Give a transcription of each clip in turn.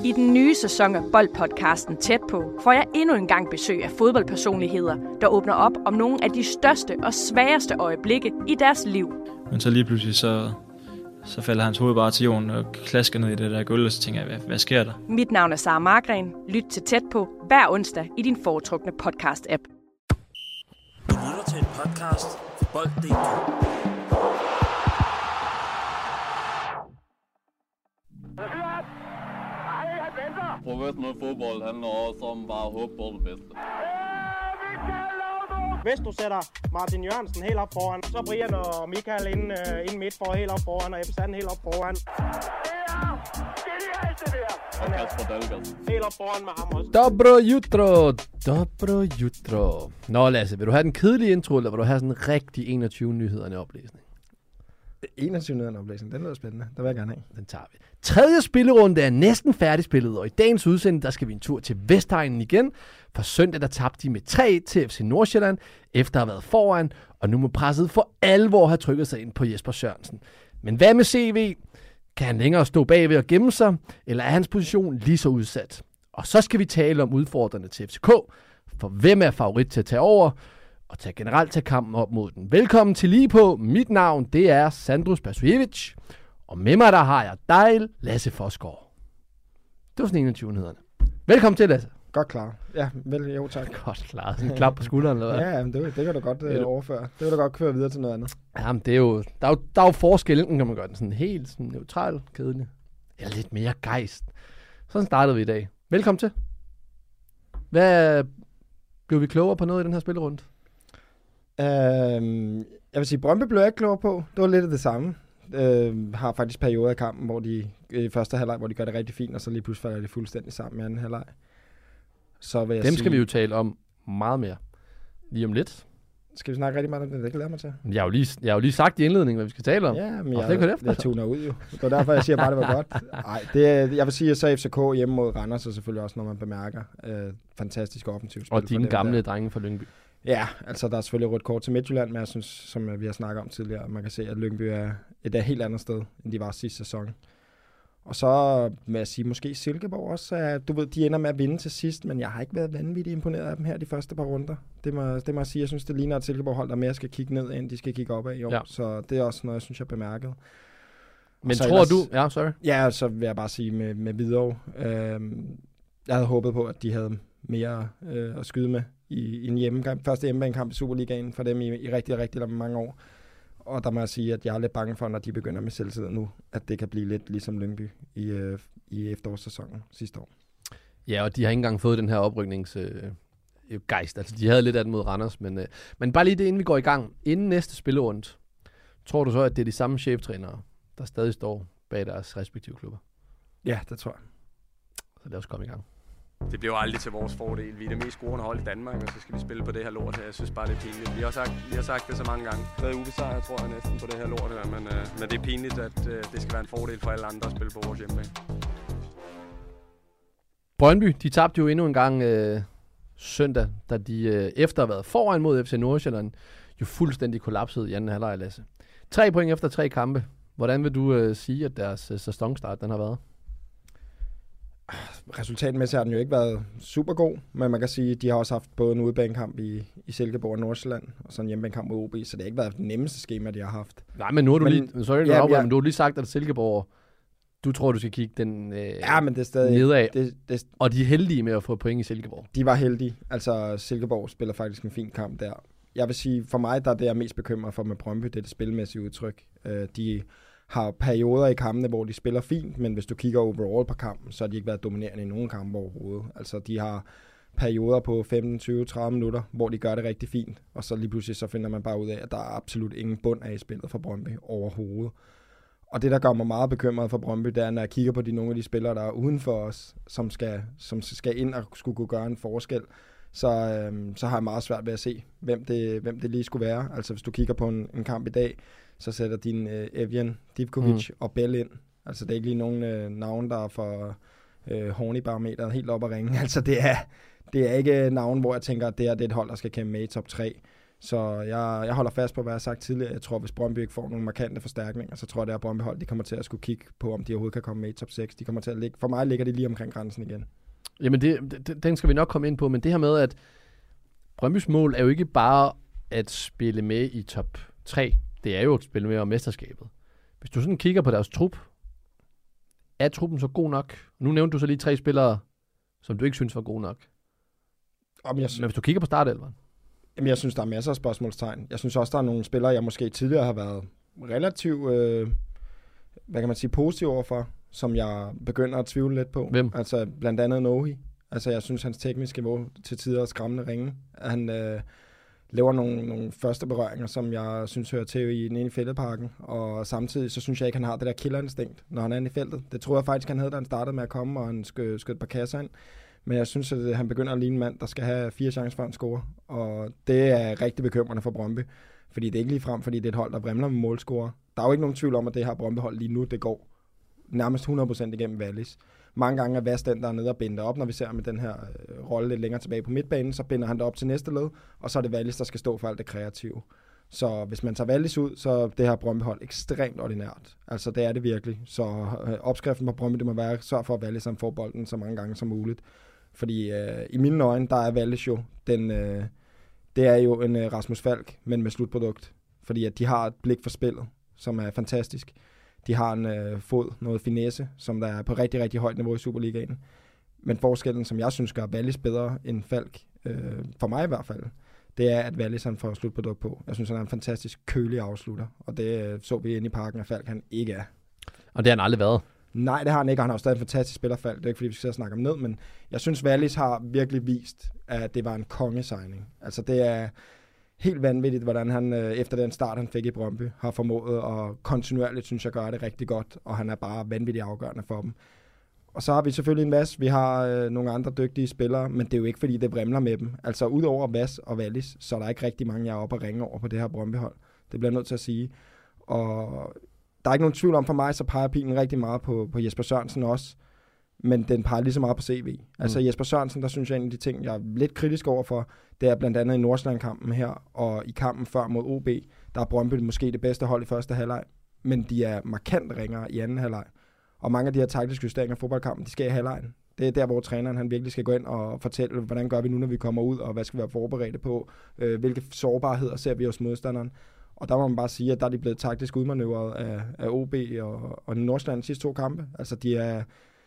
I den nye sæson af Boldpodcasten Tæt på får jeg endnu en gang besøg af fodboldpersonligheder, der åbner op om nogle af de største og sværeste øjeblikke i deres liv. Men så lige pludselig så falder hans hoved bare til jorden og klasker ned i det der gulv, og så tænker jeg, hvad sker der? Mit navn er Sara Margren. Lyt til Tæt på hver onsdag i din foretrukne podcast-app. Du lytter til en podcast fra Bold.dk. Professionel fodbold handler også om bare at håbe på det bedste. Hvis du sætter Martin Jørgensen helt op foran, så Brian og Michael ind midt for helt op foran, og Ebbe Sand helt op foran. Det er genialt, det der! Og Kasper Dahlgaard. Helt op foran med ham også. Dobro jutro. Nå Lasse, vil du have den kedelige intro, eller vil du have sådan en rigtig 21 nyhederne oplæsning? 21 nyhederne oplæsning, den lyder spændende. Det vil jeg gerne have. Den tager vi. Tredje spillerunde er næsten færdigspillet, og i dagens udsendelse, der skal vi en tur til Vestegnen igen. For søndag, der tabte de med 3 til FC Nordsjælland, efter at have været foran, og nu må presset for alvor have trykket sig ind på Jesper Sørensen. Men hvad med CV? Kan han længere stå bagved og gemme sig, eller er hans position lige så udsat? Og så skal vi tale om udfordrende til FCK, for hvem er favorit til at tage over, og generelt tage kampen op mod den. Velkommen til lige på. Mit navn, det er Sandro Spasojevic, og med mig der har jeg dig, Lasse Fosgaard. Det var sådan 21 nyhederne. Velkommen til, Lasse. Godt klar. Ja, jo tak. Godt klar. Sådan en klap på skulderen, eller hvad? Ja, men det kan du godt overføre. Det vil du godt køre videre til noget andet. Jamen, det er jo, der er jo forskel. Enten kan man gøre den sådan helt sådan neutral, kedelig, eller lidt mere gejst. Sådan startede vi i dag. Velkommen til. Hvad blev vi klogere på noget i den her spillerunde? Jeg vil sige, Brøndby blev jeg ikke klogere på. Det var lidt af det samme. Har faktisk perioder i kampen, hvor de i første halvleg, hvor de gør det rigtig fint, og så lige pludselig falder de fuldstændig sammen i anden halvleg. Så vil jeg Dem skal vi jo tale om meget mere lige om lidt. Skal vi snakke rigtig meget om det? Det kan jeg mig til. Jeg har jo lige sagt i indledningen, hvad vi skal tale om. Ja, men jeg tuner ud jo. Det var derfor, jeg siger bare, det var godt. Nej, jeg vil sige, at så FCK hjemme mod Randers, og selvfølgelig også, når man bemærker fantastisk offensivt spil. Og dine gamle drenge fra Lyngby. Ja, altså der er selvfølgelig rødt kort til Midtjylland, men jeg synes, som vi har snakket om tidligere, man kan se, at Lyngby er et helt andet sted, end de var sidste sæson. Og så vil jeg sige, måske Silkeborg også. Du ved, de ender med at vinde til sidst, men jeg har ikke været vanvittigt imponeret af dem her de første par runder. Det må jeg sige. Jeg synes, det ligner, at Silkeborg hold der mere skal kigge ned, end de skal kigge opad i år. Ja. Så det er også noget, jeg synes, jeg bemærket. Men tror du... Ja, sorry. Ja, så vil jeg bare sige med Hvidovre. Jeg havde håbet på, at de havde mere at skyde med i en hjemmekamp. Første hjemmebanekamp i Superligaen for dem i rigtig, rigtig mange år. Og der må jeg sige, at jeg er lidt bange for, når de begynder med selvtillid nu, at det kan blive lidt ligesom Lyngby i efterårssæsonen sidste år. Ja, og de har ikke engang fået den her oprykningsgejst. Altså, de havde lidt af den mod Randers, men bare lige det, inden vi går i gang. Inden næste spillerunde, tror du så, at det er de samme cheftrænere, der stadig står bag deres respektive klubber? Ja, det tror jeg. Så lad os komme i gang. Det bliver jo aldrig til vores fordel. Vi er det mest scorende hold i Danmark, og så skal vi spille på det her lort. Jeg synes bare, det er pinligt. Vi har sagt det så mange gange. 3 ubesejret, tror jeg næsten, på det her lort her. Men det er pinligt, at det skal være en fordel for alle andre at spille på vores hjemmebane. Brøndby, de tabte jo endnu en gang søndag, da de efter at have været foran mod FC Nordsjælland, jo fuldstændig kollapsede i anden halvleg, Lasse. 3 point efter 3 kampe. Hvordan vil du sige, at deres sæsonstart den har været? Resultatmæssigt har den jo ikke været super god, men man kan sige, at de har også haft både en udebanekamp i Silkeborg og Nordsjælland, og så en hjemmebanekamp mod OB, så det har ikke været det nemmeste skema, de har haft. Nej, men nu har du men du har lige sagt, at Silkeborg, du tror, du skal kigge den men det er stadig nedad, og de er heldige med at få point i Silkeborg. De var heldige, altså Silkeborg spiller faktisk en fin kamp der. Jeg vil sige, for mig, der er det, jeg er mest bekymret for med Brøndby, det er det spilmæssige udtryk. De har perioder i kampene, hvor de spiller fint, men hvis du kigger overall på kampen, så har de ikke været dominerende i nogen kampe overhovedet. Altså, de har perioder på 15, 20, 30 minutter, hvor de gør det rigtig fint, og så lige pludselig så finder man bare ud af, at der er absolut ingen bund af i spillet for Brøndby overhovedet. Og det, der gør mig meget bekymret for Brøndby, det er, når jeg kigger på nogle af de spillere, der er uden for os, som skal ind og skulle kunne gøre en forskel, så har jeg meget svært ved at se, hvem det lige skulle være. Altså, hvis du kigger på en kamp i dag, så sætter din Evjen, Divkovic og Bell ind. Altså, det er ikke lige nogen navn, der er for Horny-barometeret helt op at ringe. Altså, det er ikke navn, hvor jeg tænker, at det er et hold, der skal kæmpe med i top 3. Så jeg holder fast på, hvad jeg har sagt tidligere. Jeg tror, hvis Brøndby ikke får nogle markante forstærkninger, så tror jeg, det er Brøndby hold, de kommer til at skulle kigge på, om de overhovedet kan komme med i top 6. De kommer til at ligge, for mig ligger de lige omkring grænsen igen. Jamen, den skal vi nok komme ind på, men det her med, at Brøndbys mål er jo ikke bare at spille med i top 3. Det er jo at spille med om mesterskabet. Hvis du sådan kigger på deres trup, er truppen så god nok? Nu nævnte du så lige 3 spillere, som du ikke synes var gode nok. Men hvis du kigger på startelveren? Jamen, jeg synes, der er masser af spørgsmålstegn. Jeg synes også, der er nogle spillere, jeg måske tidligere har været relativt, hvad kan man sige, positiv overfor, som jeg begynder at tvivle lidt på. Hvem? Altså, blandt andet Nohi. Altså, jeg synes, hans tekniske niveau til tider er skræmmende ringe. Han laver nogle første berøringer, som jeg synes hører til i den ene i Fælledparken, og samtidig så synes jeg ikke, han har det der killerinstinkt, når han er inde i feltet. Det tror jeg faktisk, han havde, da han startede med at komme, og han skød et par kasser ind. Men jeg synes, at han begynder at ligne en mand, der skal have 4 chancer for at score, og det er rigtig bekymrende for Brøndby, fordi det er ikke lige frem, fordi det er et hold, der vrimler med målscorer. Der er jo ikke nogen tvivl om, at det her Brøndby-hold lige nu, det går nærmest 100% igennem Wallis. Mange gange er Vast den, der er nede og binder op, når vi ser med den her rolle lidt længere tilbage på midtbanen, så binder han det op til næste led, og så er det Wallis, der skal stå for alt det kreative. Så hvis man tager Wallis ud, så er det her Brøndby-hold ekstremt ordinært. Altså det er det virkelig. Så opskriften på Brøndby, det må være at sørge for, at Wallis han får bolden så mange gange som muligt. Fordi i mine øjne, der er Wallis jo, det er jo en Rasmus Falk, men med slutprodukt. Fordi at de har et blik for spillet, som er fantastisk. De har en fod, noget finesse, som der er på rigtig, rigtig højt niveau i Superligaen. Men forskellen, som jeg synes gør Wallis bedre end Falk, for mig i hvert fald, det er, at Wallis han får slutprodukt på. Jeg synes, han er en fantastisk kølig afslutter, og det så vi inde i parken, at Falk han ikke er. Og det har han aldrig været. Nej, det har han ikke, og han har jo stadig en fantastisk spiller, Falk. Det er ikke, fordi vi skal snakke om ned, men jeg synes, Wallis har virkelig vist, at det var en kongesigning. Altså, det er helt vanvittigt, hvordan han efter den start, han fik i Brøndby, har formået at kontinuerligt, synes jeg, gøre det rigtig godt, og han er bare vanvittigt afgørende for dem. Og så har vi selvfølgelig en Vas, vi har nogle andre dygtige spillere, men det er jo ikke, fordi det vrimler med dem. Altså, udover Vas og Wallis, så er der ikke rigtig mange, jeg er oppe og ringe over på det her Brøndby-hold. Det bliver jeg nødt til at sige. Og der er ikke nogen tvivl om for mig, så peger pilen rigtig meget på Jesper Sørensen også, men den peger lige så meget på CV. Altså Jesper Sørensen, der synes jeg, en af de ting, jeg er lidt kritisk overfor, det er blandt andet i Nordsjælland-kampen her, og i kampen før mod OB, der er Brøndby måske det bedste hold i første halvleg, men de er markant ringere i anden halvleg. Og mange af de her taktiske justeringer af fodboldkampen, de sker i halvlegen. Det er der, hvor træneren han virkelig skal gå ind og fortælle, hvordan gør vi nu, når vi kommer ud, og hvad skal vi være forberedte på, hvilke sårbarheder ser vi hos modstanderen. Og der må man bare sige, at der er de blevet taktisk udmanøvreret af OB og Nordsjælland de sidste 2 kampe. Altså de er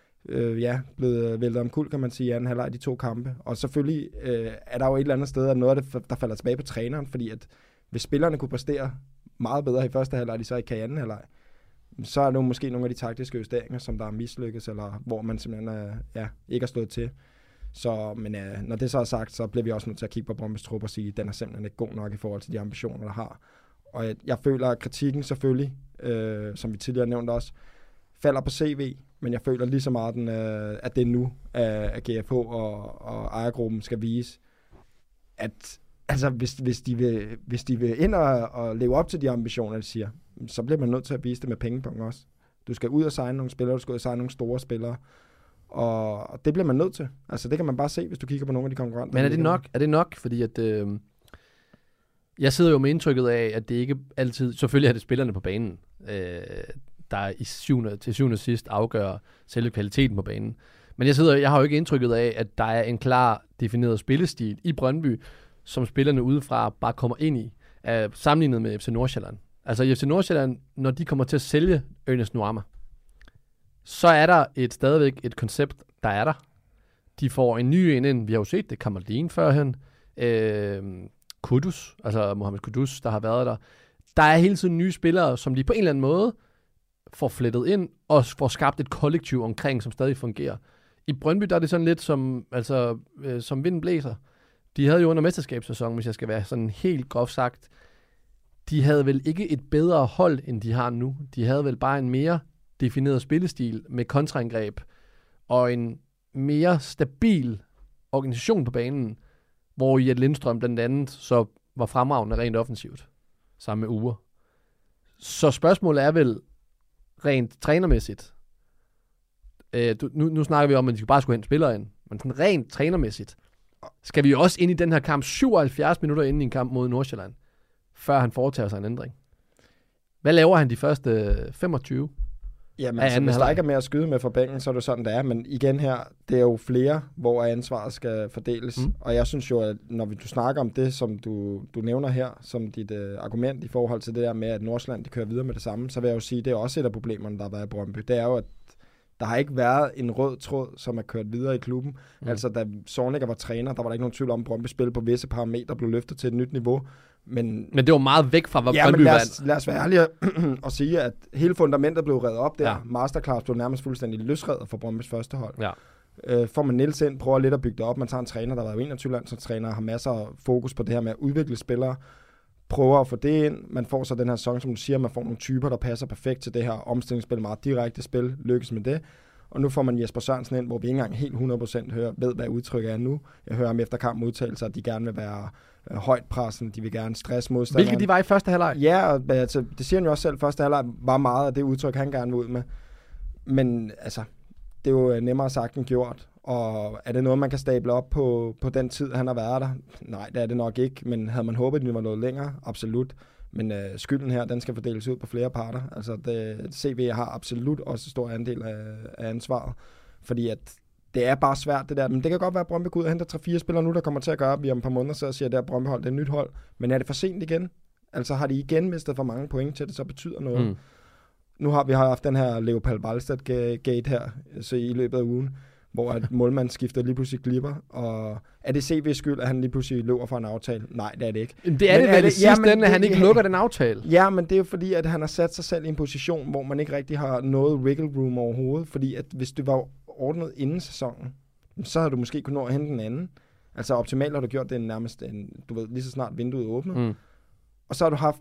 blevet væltet omkuld, kan man sige, i anden halvleg de 2 kampe. Og selvfølgelig er der jo et eller andet sted, at noget af det, der falder tilbage på træneren, fordi at hvis spillerne kunne præstere meget bedre i første halvleg, de så ikke kan i anden halvleg, så er det jo måske nogle af de taktiske justeringer, som der er mislykkes, eller hvor man simpelthen ikke har slået til. Så, men når det så er sagt, så bliver vi også nødt til at kigge på Brøndbys trup og sige, at den er simpelthen ikke god nok i forhold til de ambitioner, der har. Og jeg føler, at kritikken selvfølgelig, som vi tidligere nævnte også, falder på CV, men jeg føler lige så meget, at det er nu, at GFH og ejergruppen skal vise, at altså, hvis de vil ind og leve op til de ambitioner, de siger, så bliver man nødt til at vise det med pengepunkt også. Du skal ud og signe nogle spillere, du skal ud og signe nogle store spillere, og det bliver man nødt til. Altså, det kan man bare se, hvis du kigger på nogle af de konkurrenter. Men er det nok? Er det nok? Fordi at jeg sidder jo med indtrykket af, at det ikke altid, selvfølgelig er det spillerne på banen, der til syvende og sidst afgør selve kvaliteten på banen. Men jeg har jo ikke indtrykket af, at der er en klar defineret spillestil i Brøndby, som spillerne udefra bare kommer ind i, sammenlignet med FC Nordsjælland. Altså i FC Nordsjælland, når de kommer til at sælge Ernest Nuama, så er der stadigvæk et koncept, der er der. De får en ny ind. Vi har jo set det, Kamaldin førhen, Kudus, altså Mohamed Kudus, der har været der. Der er hele tiden nye spillere, som de på en eller anden måde får flettet ind, og får skabt et kollektiv omkring, som stadig fungerer. I Brøndby, der er det sådan lidt som vinden blæser. De havde jo under mesterskabssæsonen, hvis jeg skal være sådan helt groft sagt, de havde vel ikke et bedre hold, end de har nu. De havde vel bare en mere defineret spillestil med kontraangreb og en mere stabil organisation på banen, hvor Jet Lindstrøm blandt andet så var fremragende rent offensivt, sammen med Ure. Så spørgsmålet er vel rent trænermæssigt. Nu snakker vi om, at de bare skulle hente spillere ind, men sådan rent trænermæssigt, skal vi også ind i den her kamp 77 minutter inden i en kamp mod Nordsjælland, før han foretager sig en ændring. Hvad laver han de første 25? Jamen, altså, hvis der ikke er mere at skyde med fra bænken, så er det sådan, det er. Men igen her, det er jo flere, hvor ansvaret skal fordeles. Og jeg synes jo, at når du snakker om det, som du nævner her, som dit argument i forhold til det der med, at Nordsjælland de kører videre med det samme, så vil jeg jo sige, at det er også et af problemerne, der har været i Brøndby. Det er jo, at der har ikke været en rød tråd, som er kørt videre i klubben. Altså, da Zorniger var træner, der var der ikke nogen tvivl om, at Brøndby spil på visse parametre blev løftet til et nyt niveau. Men det var meget væk fra, hvad Brøndby vandt. Lad os være ærlige og sige, at hele fundamentet blev revet op der. Ja. Masterclass blev nærmest fuldstændig løsredet for Brøndbys første hold. Ja. Får man Niels ind, prøver lidt at bygge det op. Man tager en træner, der har været 21-landsholdstræner, har masser af fokus på det her med at udvikle spillere. Prøver at få det ind. Man får så den her sæson, som du siger, man får nogle typer, der passer perfekt til det her omstillingsspil, meget direkte spil, lykkes med det. Og nu får man Jesper Sørensen ind, hvor vi ikke engang helt 100% ved, hvad udtrykket er nu. Jeg hører ham efter kampen udtale sig, at de gerne vil være højt pressen, de vil gerne stresse modstanderen. Hvilket de var i første halvleg? Ja, og altså, det siger han jo også selv, første halvleg var meget af det udtryk, han gerne vil ud med. Men altså, det er jo nemmere sagt end gjort. Og er det noget, man kan stable op på den tid, han har været der? Nej, det er det nok ikke, men havde man håbet, at det var noget længere? Absolut. Men skylden her, den skal fordeles ud på flere parter. Altså, CV har absolut også en stor andel af ansvaret. Fordi at det er bare svært det der. Men det kan godt være, at Brøndby går ud og henter 3-4 spillere nu, der kommer til at gøre, at vi om et par måneder så siger, at det er Brøndby hold, det er et nyt hold. Men er det for sent igen? Altså har de igen mistet for mange point til, det så betyder noget? Nu har vi haft den her Leopold Wallstedt-gate her så i løbet af ugen, hvor at målmanden skifter lige pludselig glipper. Og er det CV's skyld, at han lige pludselig løber for en aftale? Nej, det er det ikke. Det er men det vel i sidste ende, at han ikke lukker den aftale. Ja, men det er jo fordi, at han har sat sig selv i en position, hvor man ikke rigtig har noget wiggle room overhovedet. Fordi at hvis det var ordnet inden sæsonen, så havde du måske kunnet nå at hente en anden. Altså optimalt har du gjort det nærmest lige så snart vinduet åbner. Og så har du haft,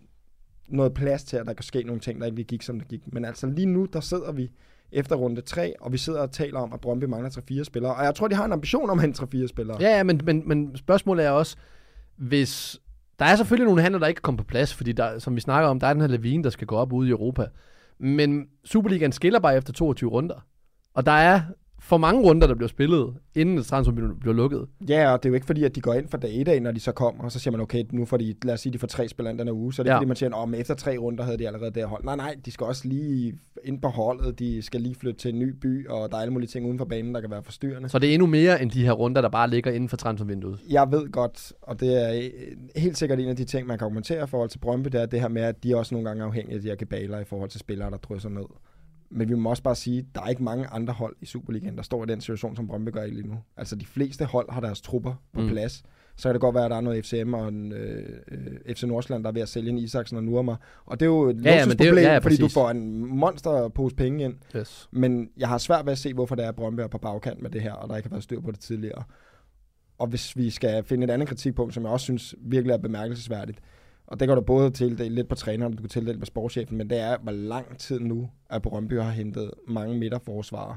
noget plads til, at der kan ske nogle ting, der ikke lige gik, som det gik. Men altså lige nu, der sidder vi efter runde 3, og vi sidder og taler om, at Brøndby mangler 3-4 spillere. Og jeg tror, de har en ambition om at hente 3-4 spillere. Ja, men spørgsmålet er også, hvis der er selvfølgelig nogle handler, der ikke kommer på plads, fordi der, som vi snakker om, der er den her lavine, der skal gå op ude i Europa. Men Superligaen skiller bare efter 22 runder. Og der er for mange runder, der bliver spillet, inden transfervinduet bliver lukket. Ja, og det er jo ikke fordi, at de går ind for dag 1 af, når de så kommer, og så siger man, okay, nu får de, lad os sige, de får 3 spillere den her uge, så er det fordi, man siger, men efter 3 runder havde de allerede det her hold. Nej, de skal også lige ind på holdet, de skal lige flytte til en ny by, og der er alle mulige ting uden for banen, der kan være forstyrrende. Så det er endnu mere end de her runder, der bare ligger inden for transfervinduet? Jeg ved godt, og det er helt sikkert en af de ting, man kan argumentere i forhold til Brøndby, det er det her med, at de er også nogle gange afhængige af de her kabaler i forhold til spillere, der drysser ned. Men vi må også bare sige, at der er ikke mange andre hold i Superligaen, der står i den situation, som Brøndby gør lige nu. Altså de fleste hold har deres trupper på plads. Så kan det godt være, at der er noget FCM og en FC Nordsjælland, der er ved at sælge en Isaksen og Nurmer. Og det er jo et luksusproblem, fordi du får en monsterpose penge ind. Yes. Men jeg har svært ved at se, hvorfor der er Brøndby på bagkant med det her, og der ikke har været styr på det tidligere. Og hvis vi skal finde et andet kritikpunkt, som jeg også synes virkelig er bemærkelsesværdigt, og det går du både tildele lidt på træneren, og du kan tildele på sportschefen, men det er, hvor lang tid nu, at Brøndby har hentet mange midterforsvarer.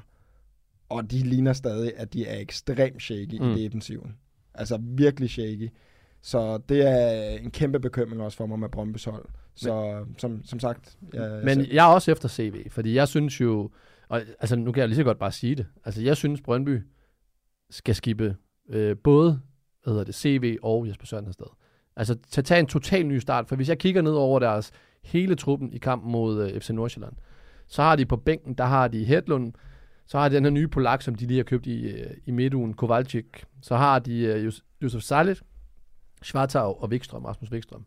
Og de ligner stadig, at de er ekstremt shaky i defensiven. Altså virkelig shaky. Så det er en kæmpe bekymring også for mig med Brøndbys hold. Så som sagt... Jeg er også efter CV, fordi jeg synes jo... Og, altså nu kan jeg lige så godt bare sige det. Altså jeg synes, Brøndby skal skippe både CV og Jesper Sørensen sted. Altså tage en total ny start, for hvis jeg kigger ned over deres hele truppen i kampen mod FC Nordsjælland, så har de på bænken, der har de Hedlund, så har de den her nye polak, som de lige har købt i midtugen, Kowalczyk, så har de Josef Salit, Schwartau og Rasmus Wikstrøm.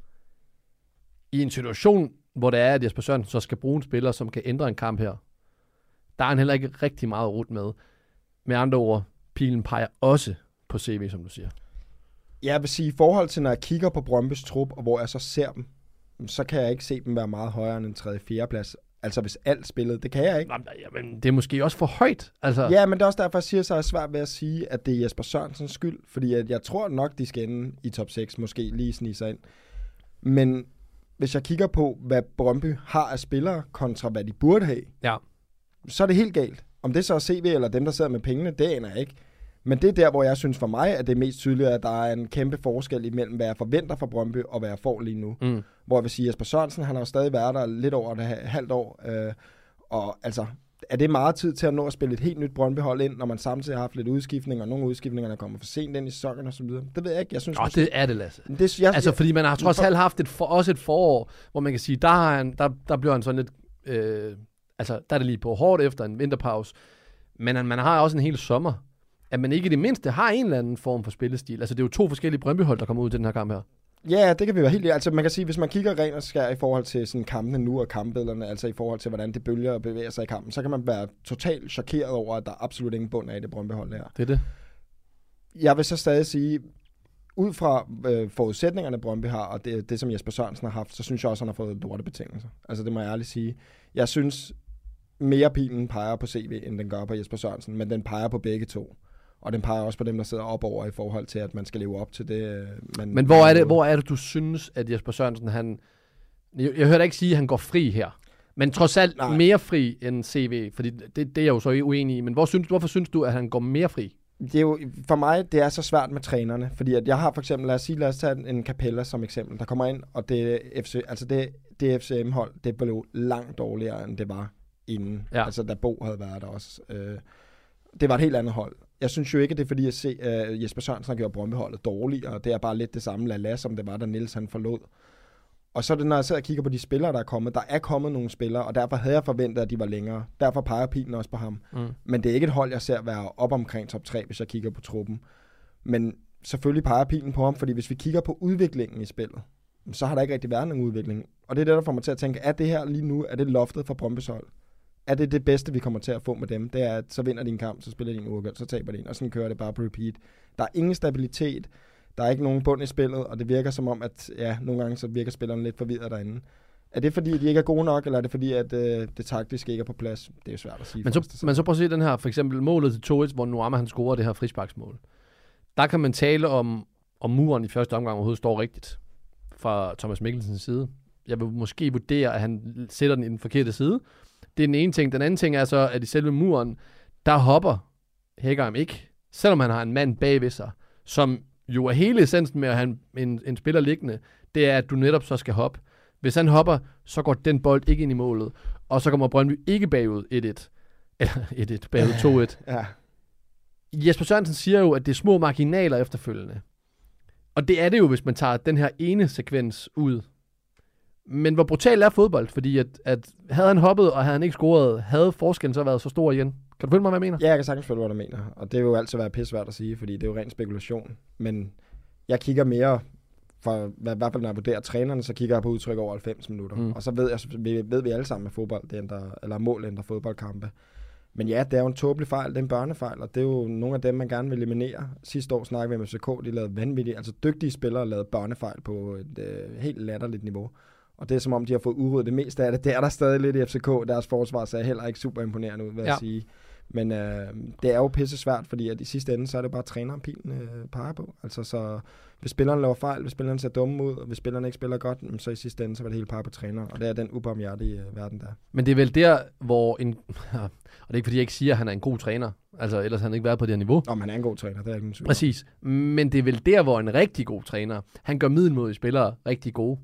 I en situation, hvor det er, at Jesper Sørensen så skal bruge en spiller, som kan ændre en kamp her, der er han heller ikke rigtig meget rut med. Med andre ord, pilen peger også på CV, som du siger. Jeg vil sige, i forhold til, når jeg kigger på Brøndbys trup, og hvor jeg så ser dem, så kan jeg ikke se dem være meget højere end en 3. 4. plads. Altså hvis alt spillet, det kan jeg ikke. Jamen, det er måske også for højt. Altså. Ja, men det er også derfor, jeg siger, så er svært ved at sige, at det er Jesper Sørensens skyld, fordi at jeg tror nok, de skal ende i top 6, måske lige snige sig ind. Men hvis jeg kigger på, hvad Brøndby har af spillere, kontra hvad de burde have, så er det helt galt. Om det så er CV eller dem, der sidder med pengene, det aner jeg ikke. Men det er der, hvor jeg synes for mig, at det er mest tydeligt, at der er en kæmpe forskel imellem, hvad jeg forventer fra Brøndby, og hvad jeg får lige nu. Hvor jeg vil sige, Jesper Sørensen, han har jo stadig været der lidt over et halvt år. Og altså, er det meget tid til at nå at spille et helt nyt Brøndby-hold ind, når man samtidig har haft lidt udskiftninger, og nogle udskiftninger, der kommer for sent ind i sæsonen og så videre? Det ved jeg ikke. Jeg synes, det er det, Lasse. Fordi man har trods alt haft også et forår, hvor man kan sige, der bliver han sådan lidt... der er det lige på hårdt efter en vinterpause. Men man har også en hel sommer. At man ikke i det mindste har en eller anden form for spillestil. Altså, det er jo 2 forskellige Brøndby-hold, der kommer ud til den her kamp her. Ja, det kan vi være helt... Altså, man kan sige, hvis man kigger ren og skær i forhold til sådan kampene nu og kampbillederne, altså i forhold til, hvordan det bølger og bevæger sig i kampen, så kan man være totalt chokeret over, at der er absolut ingen bund af det Brøndby-hold her. Det er det. Jeg vil så stadig sige, ud fra forudsætningerne Brøndby har, og det som Jesper Sørensen har haft, så synes jeg også, han har fået lortebetingelser. Altså, det må jeg ærligt sige. Jeg synes, mere pilen peger på CV, end den gør på Jesper Sørensen, men den peger på begge to. Og den peger også på dem, der sidder op over i forhold til, at man skal leve op til det. Men hvor er det, du synes, at Jesper Sørensen, han... Jeg hørte ikke sige, at han går fri her. Men trods alt mere fri end CV, fordi det er jeg jo så uenig i. Men hvorfor synes du, at han går mere fri? Det er jo, for mig, det er så svært med trænerne. Fordi at jeg har for eksempel, lad os tage en Capella som eksempel, der kommer ind, og det FCM-hold, det blev langt dårligere, end det var inden. Ja. Altså da Bo havde været der også. Det var et helt andet hold. Jeg synes jo ikke, det er fordi, at Jesper Sørensen har gjort Brøndby-holdet dårligere. Det er bare lidt det samme lala, som det var, da Niels han forlod. Og så er det, når jeg sidder og kigger på de spillere, der er kommet. Der er kommet nogle spillere, og derfor havde jeg forventet, at de var længere. Derfor peger pilen også på ham. Men det er ikke et hold, jeg ser være op omkring top 3, hvis jeg kigger på truppen. Men selvfølgelig peger pilen på ham, fordi hvis vi kigger på udviklingen i spillet, så har der ikke rigtig været nogen udvikling. Og det er det, der får mig til at tænke, er det her lige nu, er det loftet for Brøndbys hold? Er det det bedste, vi kommer til at få med dem? Det er, at så vinder de en kamp, så spiller de en uafgjort, så taber de en, og sådan kører det bare på repeat. Der er ingen stabilitet, der er ikke nogen bund i spillet, og det virker som om, at nogle gange så virker spillerne lidt forvirret derinde. Er det fordi, de ikke er gode nok, eller er det fordi, at det taktiske ikke er på plads? Det er jo svært at sige. Men så prøv at se den her, for eksempel målet til 2-1, hvor Nuama han scorer det her frisparksmål. Der kan man tale om muren i første omgang overhovedet står rigtigt fra Thomas Mikkelsens side. Jeg vil måske vurdere, at han sætter den i den forkerte side. Det er den ene ting. Den anden ting er så, at i selve muren, der hopper Hækkerup ikke, selvom han har en mand bagved sig, som jo er hele essensen med at have en spiller liggende, det er, at du netop så skal hoppe. Hvis han hopper, så går den bold ikke ind i målet, og så kommer Brøndby ikke bagud 1-1. Eller 1-1, bagud 2-1. Ja. Jesper Sørensen siger jo, at det er små marginaler efterfølgende. Og det er det jo, hvis man tager den her ene sekvens ud. Men hvor brutalt er fodbold? Fordi at havde han hoppet, og havde han ikke scoret, havde forskellen så været så stor igen? Kan du følge mig, hvad jeg mener? Ja, jeg kan sagtens følge, hvad du mener. Og det vil jo altid være pissvært at sige, fordi det er jo ren spekulation. Men jeg kigger mere, for i hvert fald når jeg vurderer trænerne, så kigger jeg på udtryk over 90 minutter. Og så ved vi alle sammen, at fodbold, eller mål ændrer fodboldkampe. Men ja, det er jo en tåbelig fejl, det er en børnefejl, og det er jo nogle af dem, man gerne vil eliminere. Sidste år snakkede vi med FCK, de lavede vanvittigt, altså dygtige spillere lavede børnefejl på et helt latterligt niveau. Og det er som om, de har fået udryddet det meste af det. Det er der stadig lidt i FCK. Deres forsvar ser heller ikke super imponerende ud, vil jeg sige. Men det er jo pisse svært, fordi at i sidste ende, så er det bare træneren pilen peger på. Altså så, hvis spilleren laver fejl, hvis spilleren ser dumme ud, og hvis spilleren ikke spiller godt, så i sidste ende, så var det hele peger på træneren. Og det er den ubarmhjertige verden der. Men det er vel der, hvor og det er ikke fordi, jeg ikke siger, at han er en god træner. Altså ellers har han ikke været på det her niveau. Om han er en god træner, det er ikke en tvivl. Præcis. Men det er vel der, hvor en rigtig god træner, han gør middelmodige spillere rigtig gode.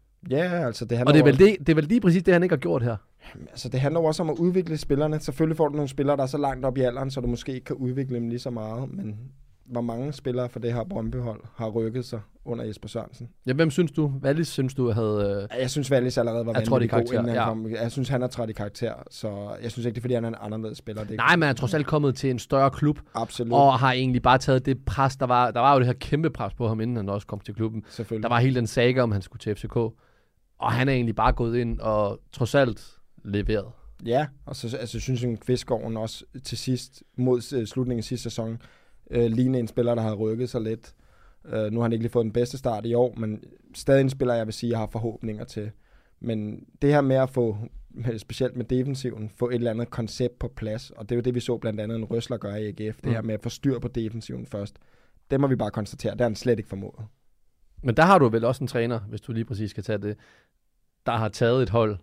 Ja, altså det handler. Og det er vel lige præcis det, han ikke har gjort her. Altså det handler også om at udvikle spillerne. Selvfølgelig får du nogle spillere, der er så langt op i alderen, så du måske ikke kan udvikle dem lige så meget. Men hvor mange spillere for det her Brøndby-hold har rykket sig under Jesper Sørensen? Ja, hvem synes du? Wallis synes du havde... Jeg synes Wallis allerede var vanvittig god, inden han kom. Jeg synes, han er trådt i karakter, så jeg synes ikke, det er, fordi han er en anderledes spiller. Nej, men han er trods alt kommet til en større klub. Absolut. Og har egentlig bare taget det pres, der var jo det her kæmpe pres på ham, inden han også kom til klubben. Der var hele den saga, om han skulle til FCK. Og han er egentlig bare gået ind og trods alt leveret. Ja, og så synes jeg, Kvistgården også til sidst, mod slutningen af sidste sæson, lignede en spiller, der havde rykket sig lidt. Nu har han ikke lige fået den bedste start i år, men stadig en spiller, jeg vil sige, jeg har forhåbninger til. Men det her med at få, specielt med defensiven, få et eller andet koncept på plads, og det er jo det, vi så blandt andet en Røsler gøre i AGF, det her med at få styr på defensiven først. Det må vi bare konstatere, det har han slet ikke formået. Men der har du vel også en træner, hvis du lige præcis skal tage det, der har taget et hold,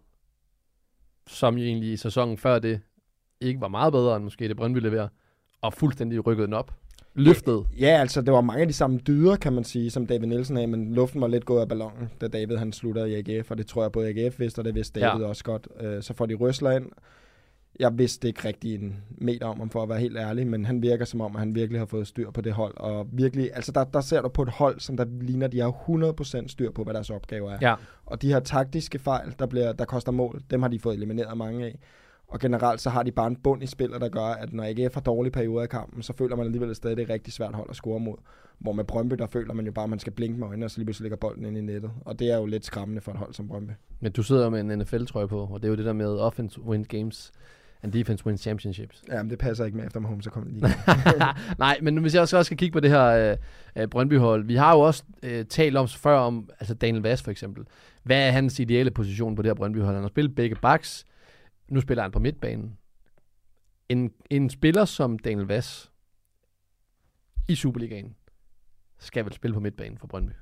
som jo egentlig i sæsonen før det ikke var meget bedre end måske det Brøndby leverer, og fuldstændig rykket den op. Løftet. Ja, altså det var mange af de samme dyder, kan man sige, som David Nielsen havde, men luften var lidt gået af ballonen, da David han sluttede i AGF, og det tror jeg både AGF vidste, og det vidste David også godt. Så får de Røsler ind. Jeg vidste ikke rigtig en meter om ham, for at være helt ærlig, men han virker som om, at han virkelig har fået styr på det hold. Og virkelig, altså der ser du på et hold, som der ligner, de har 100% styr på, hvad deres opgave er. Ja. Og de her taktiske fejl, der koster mål, dem har de fået elimineret mange af. Og generelt så har de bare en bund i spillet, der gør, at når AGF har dårlige perioder i kampen, så føler man alligevel stadig, det er rigtig svært hold at score mod. Hvor med Brøndby, der føler man jo bare, at man skal blinke med øjnene, og så lige pludselig ligger bolden ind i nettet. Og det er jo lidt skræmmende for et hold som Brøndby. Men du sidder med en NFL-trøje på, og det er jo det der med offense wins games and defense wins championships. Jamen, det passer ikke med efter Mahomes, så kommer lige. Nej, men hvis jeg også skal kigge på det her Brøndby-hold. Vi har jo også talt om før om, altså Daniel Vass for eksempel. Hvad er hans ideelle position på det her Brøndby-hold? Han har spillet begge backs. Nu spiller han på midtbanen. En spiller som Daniel Vass i Superligaen skal vel spille på midtbanen for Brøndby?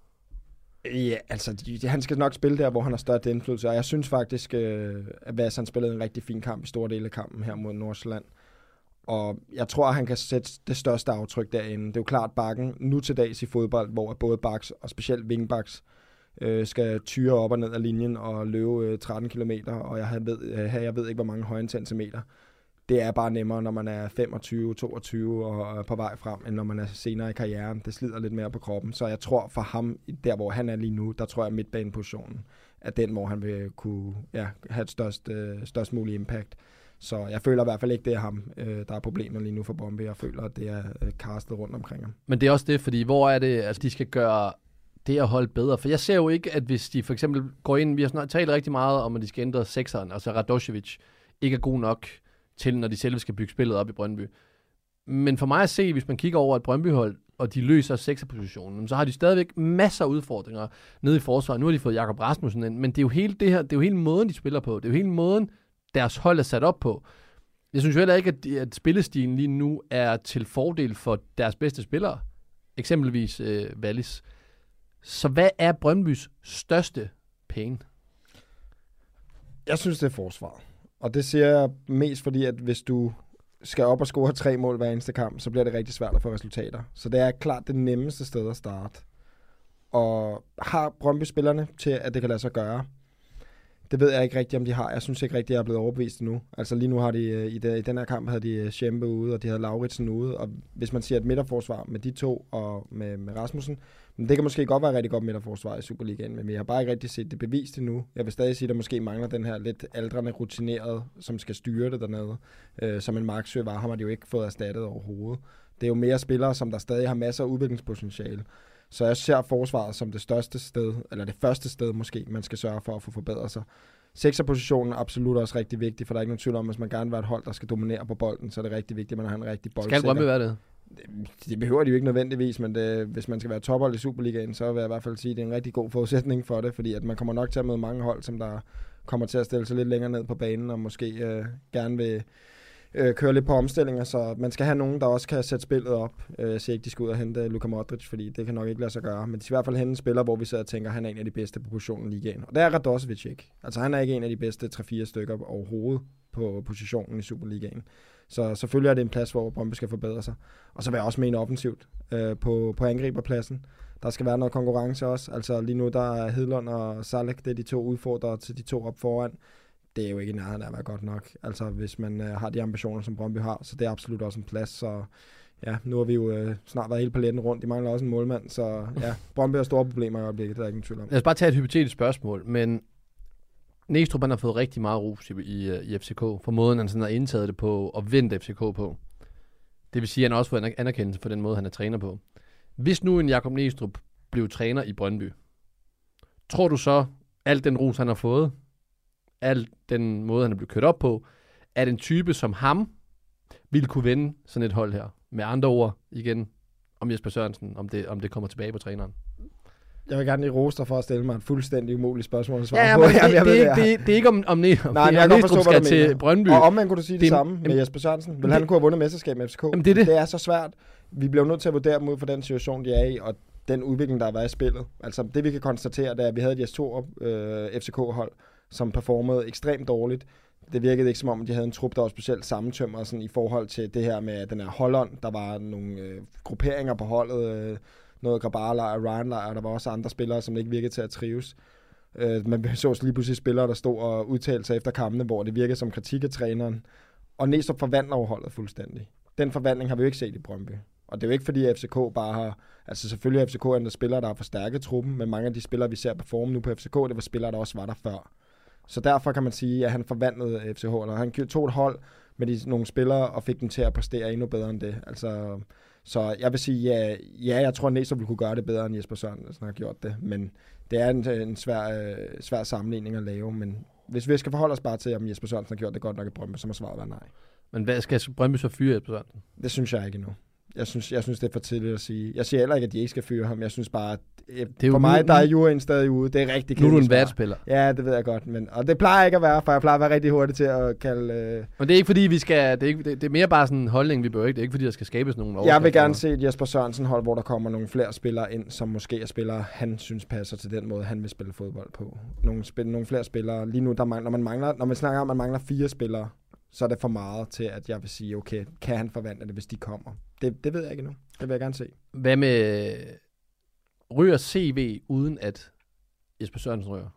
Ja, altså han skal nok spille der, hvor han har størst indflydelse, og jeg synes faktisk, at Vass han spillede en rigtig fin kamp i store dele af kampen her mod Nordsjælland. Og jeg tror, at han kan sætte det største aftryk derinde. Det er jo klart bakken nu til dags i fodbold, hvor både backs og specielt wingbacks skal tyre op og ned af linjen og løbe 13 kilometer, og jeg ved ikke, hvor mange højintense meter. Det er bare nemmere, når man er 25, 22 og er på vej frem, end når man er senere i karrieren. Det slider lidt mere på kroppen. Så jeg tror for ham, der hvor han er lige nu, der tror jeg, at midtbanepositionen er den, hvor han vil kunne have et størst mulig impact. Så jeg føler i hvert fald ikke, det er ham, der er problemer lige nu for Brøndby. Jeg føler, at det er castet rundt omkring ham. Men det er også det, fordi hvor er det, altså de skal gøre det at holde bedre? For jeg ser jo ikke, at hvis de for eksempel går ind, vi har talt rigtig meget om, at de skal ændre sekseren, altså Radošević ikke er god nok til, når de selv skal bygge spillet op i Brøndby. Men for mig at se, hvis man kigger over et Brøndby-hold, og de løser sekserpositionen, så har de stadigvæk masser af udfordringer nede i forsvaret. Nu har de fået Jakob Rasmussen ind, men det er jo hele det her, det er jo hele måden, de spiller på. Det er jo hele måden, deres hold er sat op på. Jeg synes jo heller ikke, at spillestilen lige nu er til fordel for deres bedste spillere. Eksempelvis Wallis. Så hvad er Brøndbys største penge? Jeg synes, det er forsvar. Og det siger jeg mest fordi, at hvis du skal op og score 3 mål hver eneste kamp, så bliver det rigtig svært at få resultater. Så det er klart det nemmeste sted at starte. Og har Brøndby-spillerne til, at det kan lade sig gøre? Det ved jeg ikke rigtigt, om de har. Jeg synes ikke rigtigt, at jeg er blevet overbevist endnu. Altså lige nu har de, i den her kamp havde de Schempe ude, og de havde Lauritsen ude. Og hvis man siger et midterforsvar med de to og med Rasmussen, men det kan måske godt være et rigtig godt midterforsvar i Superligaen, men jeg har bare ikke rigtig set det bevist endnu. Jeg vil stadig sige, at der måske mangler den her lidt aldrende rutineret, som skal styre det dernede. Som en Marksø var, ham har de jo ikke fået erstattet overhovedet. Det er jo mere spillere, som der stadig har masser af udviklingspotentiale. Så jeg ser forsvaret som det største sted, eller det første sted måske, man skal sørge for at få forbedret sig. Sekserpositionen er absolut også rigtig vigtig, for der er ikke nogen tvivl om, hvis man gerne vil være et hold, der skal dominere på bolden, så er det rigtig vigtigt, at man har en rigtig boldsikker. Skal Brøndby være det? Det behøver de jo ikke nødvendigvis, men hvis man skal være tophold i Superligaen, så vil jeg i hvert fald sige, at det er en rigtig god forudsætning for det, fordi at man kommer nok til at møde mange hold, som der kommer til at stille sig lidt længere ned på banen, og måske gerne vil køre lidt på omstillinger, så man skal have nogen, der også kan sætte spillet op. Jeg siger ikke, de skal ud og hente Luka Modric, fordi det kan nok ikke lade sig gøre, men de skal i hvert fald hente en spiller, hvor vi sidder og tænker, at han er en af de bedste på positionen i ligaen. Og det er Radošević ikke. Altså han er ikke en af de bedste 3-4 stykker overhovedet på positionen i Superligaen. Så selvfølgelig er det en plads, hvor Brøndby skal forbedre sig. Og så vil jeg også mene offensivt på angriberpladsen. Der skal være noget konkurrence også. Altså lige nu der er Hedlund og Salek, det er de to udfordrere til de to op foran. Det er jo ikke i nærheden af at være godt nok, altså hvis man har de ambitioner, som Brøndby har, så det er absolut også en plads, så ja, nu har vi jo snart været hele paletten rundt, de mangler også en målmand, så ja, Brøndby har store problemer i øjeblikket, det er ikke nogen tvivl om. Lad os bare tage et hypotetisk spørgsmål, men Næstrup har fået rigtig meget ros i FCK, for måden han sådan har indtaget det på, og vendt FCK på. Det vil sige, at han også får anerkendelse for den måde, han er træner på. Hvis nu en Jakob Næstrup blev træner i Brøndby, tror du så, alt den ros, han har fået, al den måde, han er blevet kørt op på, at en type som ham ville kunne vende sådan et hold her? Med andre ord, igen, om Jesper Sørensen, om det kommer tilbage på træneren. Jeg vil gerne lige rose dig for at stille mig et fuldstændig umuligt spørgsmål at svare ja, på. Det er ikke om Næstrup skal til Brøndby. Og omvendt kunne du sige det samme med Jesper Sørensen. Vil han kunne have vundet mesterskab med FCK? Jamen, det er så svært. Vi bliver nødt til at vurdere dem ud for den situation, de er i, og den udvikling, der har været i spillet. Altså det, vi kan konstatere, det er, at vi havde et Jes Torup FCK-hold, som performede ekstremt dårligt. Det virkede ikke som om, de havde en trup, der var specielt sammentømret sådan, i forhold til det her med den her Holland. Der var nogle grupperinger på holdet, noget Grabar-lejr, Ryan-lejr, der var også andre spillere, som ikke virkede til at trives. Man så lige pludselig spillere, der stod og udtalte sig efter kampene, hvor det virkede som kritik af træneren. Og Næstrup forvandler overholdet fuldstændig. Den forvandling har vi jo ikke set i Brøndby. Og det er jo ikke fordi, at FCK bare har... Altså selvfølgelig er FCK andre spillere, der har forstærket truppen, men mange af de spillere, vi ser performe nu på FCK, det var spillere, der også var der før. Så derfor kan man sige, at han forvandlede FCH, eller han tog et hold med nogle spillere og fik dem til at præstere endnu bedre end det. Altså, så jeg vil sige, jeg tror, at Næstrup ville kunne gøre det bedre, end Jesper Sørensen har gjort det. Men det er en svær sammenligning at lave. Men hvis vi skal forholde os bare til, om Jesper Sørensen har gjort det godt nok i Brøndby, så må svaret være nej. Men hvad skal Brøndby så fyre Jesper Sørensen? Det synes jeg ikke endnu. Jeg synes, det er for tidligt at sige. Jeg siger heller ikke, at de ikke skal fyre ham. Jeg synes bare, at for mig, der er juryen stadig ude. Det er rigtig kedeligt. Nu er du en værtsspiller. Ja, det ved jeg godt. Og det plejer ikke at være, for jeg plejer at være rigtig hurtig til at kalde... Men det er ikke fordi, vi skal... Det er mere bare sådan en holdning, vi bør ikke. Det er ikke fordi, der skal skabes nogen overskrifter. Jeg vil gerne se et Jesper Sørensen hold, hvor der kommer nogle flere spillere ind, som måske er spillere, han synes passer til den måde, han vil spille fodbold på. Nogle flere spillere. Lige nu, når man snakker om, at man mangler 4 spillere, så er det for meget til, at jeg vil sige, okay, kan han forvandle det, hvis de kommer? Det ved jeg ikke endnu. Det vil jeg gerne se. Hvad med ryger CV, uden at Jesper Sørensen ryger?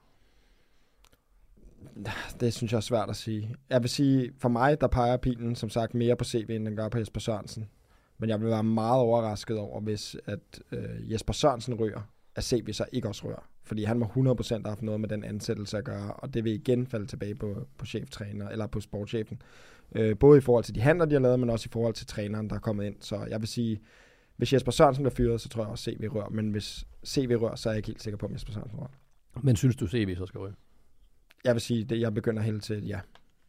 Det synes jeg er svært at sige. Jeg vil sige, for mig, der peger pilen, som sagt, mere på CV, end den gør på Jesper Sørensen. Men jeg vil være meget overrasket over, hvis at Jesper Sørensen ryger, at CV så ikke også rører. Fordi han må 100% have haft noget med den ansættelse at gøre, og det vil igen falde tilbage på cheftræner, eller på sportschefen. Både i forhold til de handler, de har lavet, men også i forhold til træneren, der er kommet ind. Så jeg vil sige, hvis Jesper Sørensen bliver fyret, så tror jeg også, CV rører. Men hvis CV rører, så er jeg ikke helt sikker på, om Jesper Sørensen rører. Men synes du, CV så skal røre? Jeg vil sige, det jeg begynder helt til, ja.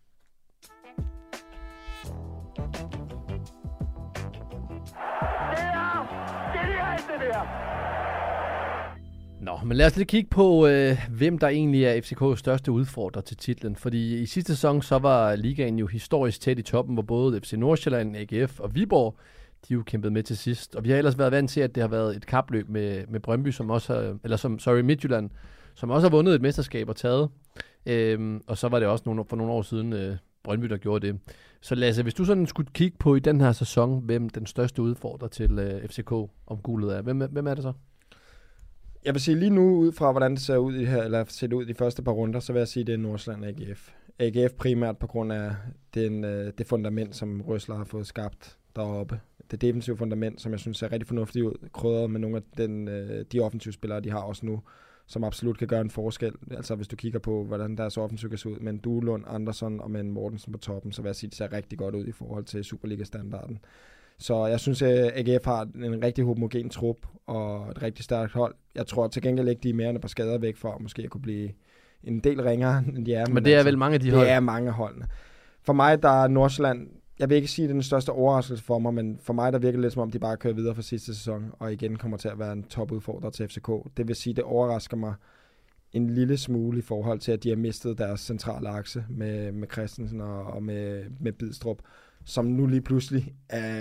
Det der! Nå, men lad os lige kigge på, hvem der egentlig er FCK's største udfordrer til titlen. Fordi i sidste sæson, så var ligaen jo historisk tæt i toppen, hvor både FC Nordsjælland, AGF og Viborg, de jo kæmpet med til sidst. Og vi har ellers været vant til, at det har været et kapløb med Brøndby, Midtjylland, som også har vundet et mesterskab og taget. Og så var det også for nogle år siden Brøndby, der gjorde det. Så Lasse, hvis du sådan skulle kigge på i den her sæson, hvem den største udfordrer til FCK om guldet er, hvem er det så? Jeg vil sige lige nu, ud fra hvordan det ser ud i her, eller ser det ud i de første par runder, så vil jeg sige, at det er Nordsjælland og AGF. AGF primært på grund af det fundament, som Røsler har fået skabt deroppe. Det defensive fundament, som jeg synes ser rigtig fornuftigt ud, krydret med nogle af de offensive spillere, de har også nu, som absolut kan gøre en forskel. Altså hvis du kigger på, hvordan deres offensiv kan se ud, med en Duelund, Andersen og med en Mortensen på toppen, så vil jeg sige, at det ser rigtig godt ud i forhold til Superliga-standarden. Så jeg synes, at AGF har en rigtig homogen trup og et rigtig stærkt hold. Jeg tror til gengæld ikke, de er mere end et par skader væk for, måske at kunne blive en del ringere, end de er. Men det er vel mange af de hold? Det er mange af holdene. For mig, der er Nordsjælland, jeg vil ikke sige, at det er den største overraskelse for mig, men for mig, der virker lidt som om, de bare kører videre fra sidste sæson, og igen kommer til at være en topudfordrer til FCK. Det vil sige, det overrasker mig en lille smule i forhold til, at de har mistet deres centrale akse med Christensen og med Bidstrup, som nu lige pludselig